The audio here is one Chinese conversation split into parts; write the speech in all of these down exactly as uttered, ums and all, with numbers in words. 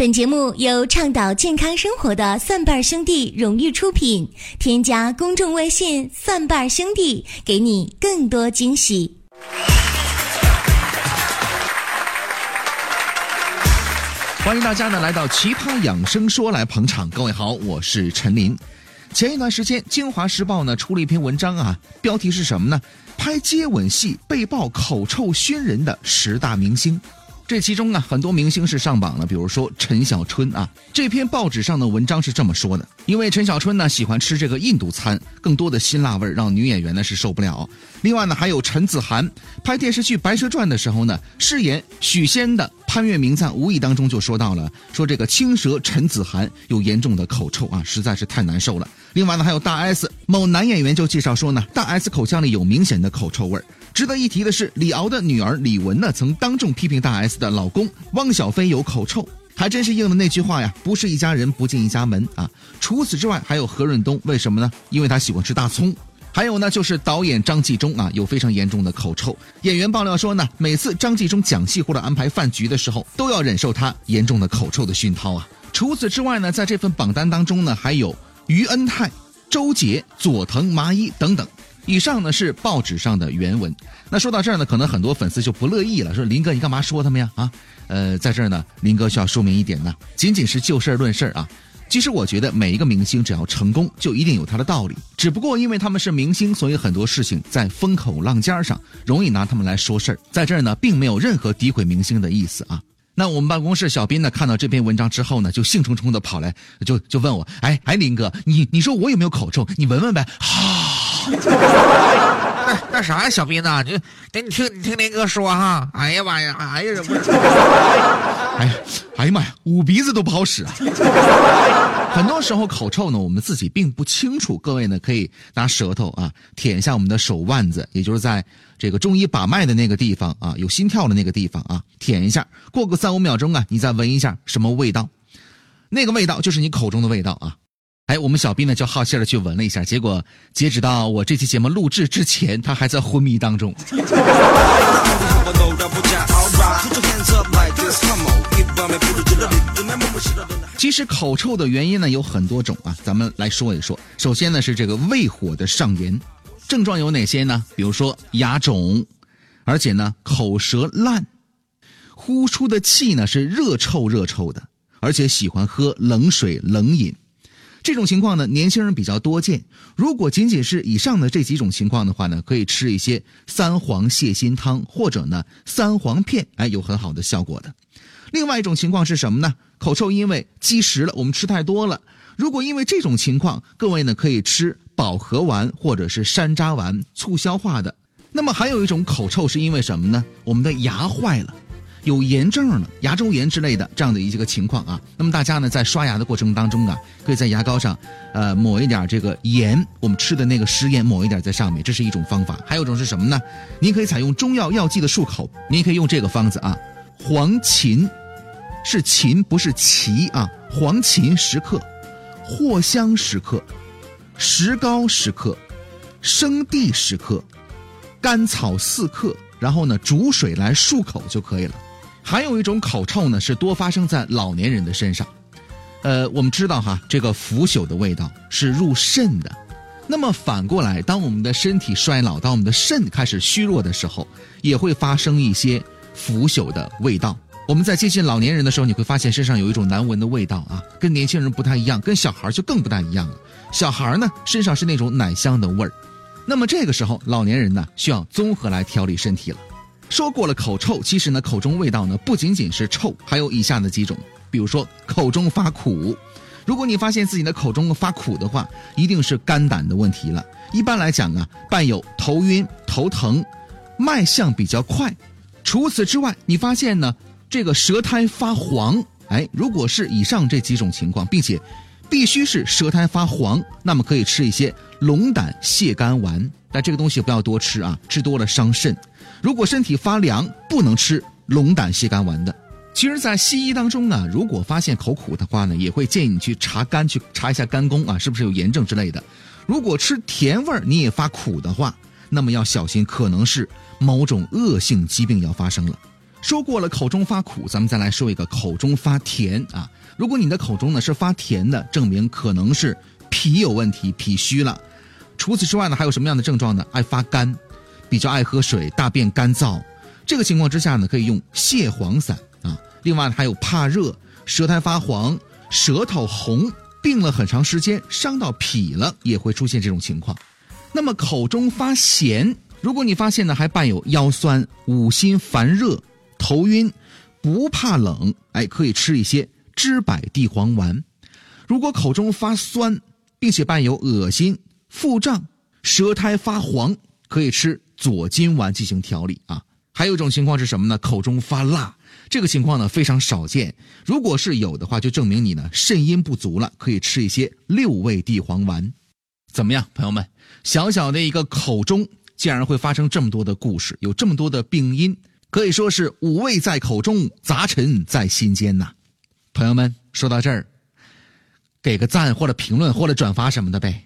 本节目由倡导健康生活的蒜瓣兄弟荣誉出品，添加公众微信蒜瓣兄弟，给你更多惊喜。 欢迎大家呢来到奇葩养生说来捧场。各位好，我是陈林。前一段时间京华时报呢出了一篇文章啊，标题是什么呢？拍接吻戏被曝口臭熏人的十大明星。这其中啊，很多明星是上榜了，比如说陈小春啊。这篇报纸上的文章是这么说的：因为陈小春呢喜欢吃这个印度餐，更多的辛辣味让女演员呢是受不了。另外呢，还有陈子涵拍电视剧《白蛇传》的时候呢，饰演许仙的潘粤明在无意当中就说到了，说这个青蛇陈子涵有严重的口臭啊，实在是太难受了。另外呢，还有大 S 某男演员就介绍说呢，大 S 口腔里有明显的口臭味。值得一提的是，李敖的女儿李玟呢曾当众批评大 S 的老公汪小菲有口臭，还真是应了那句话呀，不是一家人不进一家门啊。除此之外，还有何润东，为什么呢？因为他喜欢吃大葱。还有呢，就是导演张纪中啊，有非常严重的口臭。演员爆料说呢，每次张纪中讲戏或者安排饭局的时候，都要忍受他严重的口臭的熏陶啊。除此之外呢，在这份榜单当中呢，还有于恩泰、周杰、佐藤麻衣等等。以上呢是报纸上的原文。那说到这儿呢，可能很多粉丝就不乐意了，说林哥你干嘛说他们呀？啊，呃，在这儿呢，林哥需要说明一点呢，仅仅是就事论事啊。其实我觉得每一个明星只要成功，就一定有他的道理。只不过因为他们是明星，所以很多事情在风口浪尖上，容易拿他们来说事儿。在这儿呢，并没有任何诋毁明星的意思啊。那我们办公室小斌呢，看到这篇文章之后呢，就兴冲冲的跑来，就就问我，哎哎，林哥，你你说我有没有口臭？你闻闻呗。 那那啥呀，小斌呐，你等你听你听林哥说哈。哎呀妈呀，哎呀，不是， 哎呀，哎呀妈呀，捂鼻子都不好使啊。很多时候口臭呢，我们自己并不清楚。各位呢，可以拿舌头啊舔一下我们的手腕子，也就是在这个中医把脉的那个地方啊，有心跳的那个地方啊，舔一下。过个三五秒钟啊，你再闻一下什么味道，那个味道就是你口中的味道啊。哎，我们小斌呢就好奇的去闻了一下，结果截止到我这期节目录制之前，他还在昏迷当中。其实口臭的原因呢有很多种啊，咱们来说一说。首先呢是这个胃火的上炎，症状有哪些呢？比如说牙肿，而且呢口舌烂，呼出的气呢是热臭热臭的，而且喜欢喝冷水冷饮。这种情况呢，年轻人比较多见。如果仅仅是以上的这几种情况的话呢，可以吃一些三黄泻心汤，或者呢三黄片，哎，有很好的效果的。另外一种情况是什么呢？口臭因为积食了，我们吃太多了。如果因为这种情况，各位呢可以吃保和丸或者是山楂丸，促消化的。那么还有一种口臭是因为什么呢？我们的牙坏了。有炎症了，牙周炎之类的这样的一个情况啊，那么大家呢在刷牙的过程当中啊，可以在牙膏上呃抹一点这个盐，我们吃的那个食盐抹一点在上面，这是一种方法。还有一种是什么呢？您可以采用中药药剂的漱口，您可以用这个方子啊，黄芩，是芩不是芪啊，黄芩十克，藿香十克，石膏十克，生地十克，甘草四克，然后呢煮水来漱口就可以了。还有一种口臭呢，是多发生在老年人的身上。呃，我们知道哈，这个腐朽的味道是入肾的。那么反过来，当我们的身体衰老，当我们的肾开始虚弱的时候，也会发生一些腐朽的味道。我们在接近老年人的时候，你会发现身上有一种难闻的味道啊，跟年轻人不太一样，跟小孩就更不太一样了。小孩呢，身上是那种奶香的味儿。那么这个时候，老年人呢，需要综合来调理身体了。说过了口臭，其实呢口中味道呢不仅仅是臭，还有以下的几种。比如说口中发苦，如果你发现自己的口中发苦的话，一定是肝胆的问题了。一般来讲啊，伴有头晕头疼，脉象比较快。除此之外，你发现呢这个舌苔发黄，哎，如果是以上这几种情况，并且必须是舌苔发黄，那么可以吃一些龙胆泻肝丸，但这个东西不要多吃啊，吃多了伤肾。如果身体发凉，不能吃龙胆泻肝丸的。其实在西医当中呢，如果发现口苦的话呢，也会建议你去查肝，去查一下肝功啊，是不是有炎症之类的。如果吃甜味你也发苦的话，那么要小心，可能是某种恶性疾病要发生了。 说过了口中发苦，咱们再来说一个口中发甜啊。如果你的口中呢是发甜的，证明可能是脾有问题，脾虚了。除此之外呢，还有什么样的症状呢？爱发干，比较爱喝水，大便干燥。这个情况之下呢，可以用泻黄散啊。另外还有怕热，舌苔发黄，舌头红，病了很长时间，伤到脾了，也会出现这种情况。那么口中发咸，如果你发现呢还伴有腰酸、五心烦热、头晕，不怕冷，哎，可以吃一些知柏地黄丸。如果口中发酸，并且伴有恶心、腹胀、舌苔发黄，可以吃左金丸进行调理啊。还有一种情况是什么呢？口中发辣，这个情况呢非常少见，如果是有的话，就证明你呢肾阴不足了，可以吃一些六味地黄丸。怎么样，朋友们？小小的一个口中，竟然会发生这么多的故事，有这么多的病因，可以说是五味在口中，杂陈在心间呐。朋友们，说到这儿，给个赞或者评论或者转发什么的呗。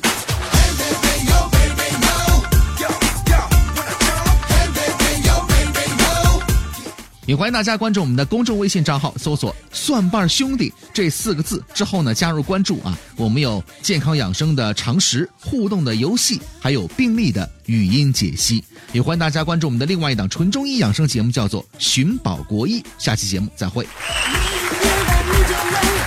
也欢迎大家关注我们的公众微信账号，搜索蒜瓣兄弟这四个字之后呢，加入关注啊。我们有健康养生的常识、互动的游戏，还有病例的语音解析。也欢迎大家关注我们的另外一档纯中医养生节目，叫做寻宝国医。下期节目再会。